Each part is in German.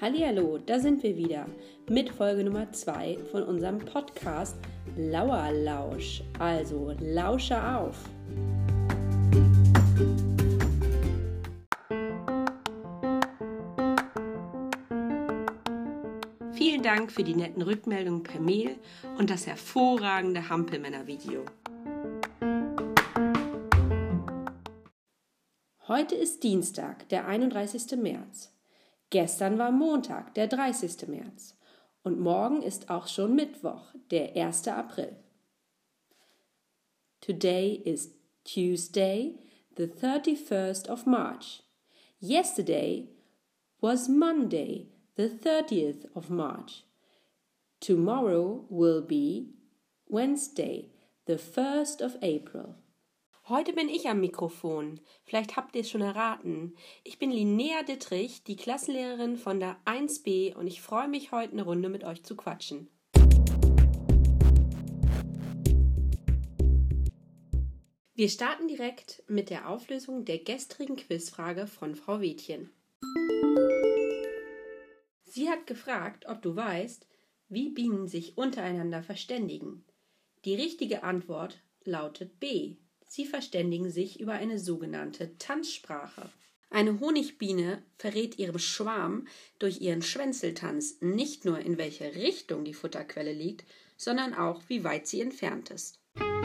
Hallihallo, da sind wir wieder mit Folge Nummer 2 von unserem Podcast Lauerlausch. Also lausche auf! Vielen Dank für die netten Rückmeldungen per Mail und das hervorragende Hampelmänner-Video. Heute ist Dienstag, der 31. März. Gestern war Montag, der 30. März. Und morgen ist auch schon Mittwoch, der 1. April. Today is Tuesday, the 31st of March. Yesterday was Monday, the 30th of March. Tomorrow will be Wednesday, the 1st of April. Heute bin ich am Mikrofon. Vielleicht habt ihr es schon erraten. Ich bin Linnea Dittrich, die Klassenlehrerin von der 1b und ich freue mich, heute eine Runde mit euch zu quatschen. Wir starten direkt mit der Auflösung der gestrigen Quizfrage von Frau Wädchen. Sie hat gefragt, ob du weißt, wie Bienen sich untereinander verständigen. Die richtige Antwort lautet B. Sie verständigen sich über eine sogenannte Tanzsprache. Eine Honigbiene verrät ihrem Schwarm durch ihren Schwänzeltanz nicht nur, in welche Richtung die Futterquelle liegt, sondern auch, wie weit sie entfernt ist.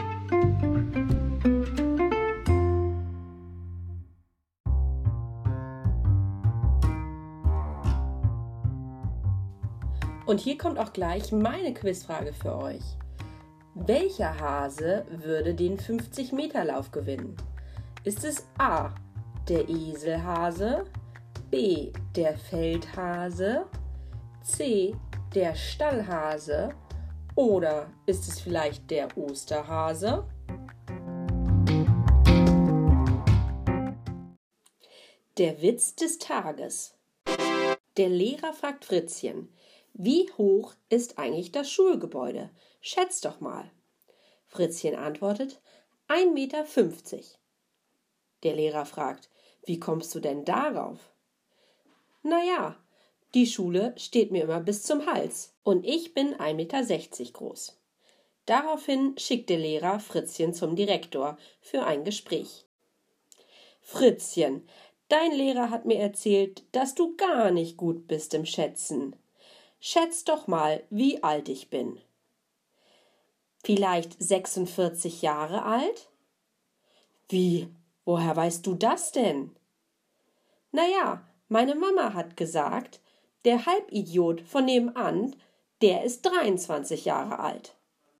Und hier kommt auch gleich meine Quizfrage für euch. Welcher Hase würde den 50-Meter-Lauf gewinnen? Ist es A, der Eselhase, B, der Feldhase, C, der Stallhase oder ist es vielleicht der Osterhase? Der Witz des Tages. Der Lehrer fragt Fritzchen: Wie hoch ist eigentlich das Schulgebäude? Schätz doch mal. Fritzchen antwortet: 1,50 Meter. Der Lehrer fragt: Wie kommst du denn darauf? Naja, die Schule steht mir immer bis zum Hals und ich bin 1,60 Meter groß. Daraufhin schickt der Lehrer Fritzchen zum Direktor für ein Gespräch. Fritzchen, dein Lehrer hat mir erzählt, dass du gar nicht gut bist im Schätzen. Schätz doch mal, wie alt ich bin. Vielleicht 46 Jahre alt? Wie? Woher weißt du das denn? Naja, meine Mama hat gesagt, der Halbidiot von nebenan, der ist 23 Jahre alt.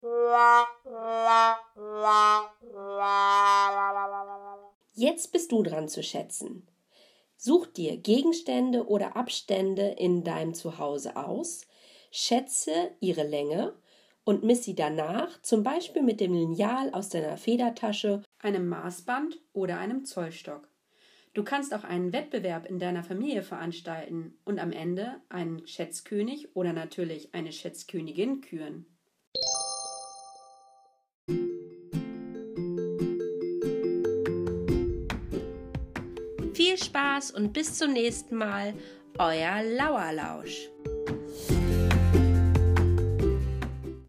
Jetzt bist du dran zu schätzen. Such dir Gegenstände oder Abstände in deinem Zuhause aus, schätze ihre Länge und miss sie danach, zum Beispiel mit dem Lineal aus deiner Federtasche, einem Maßband oder einem Zollstock. Du kannst auch einen Wettbewerb in deiner Familie veranstalten und am Ende einen Schätzkönig oder natürlich eine Schätzkönigin küren. Viel Spaß und bis zum nächsten Mal, euer Lauerlausch.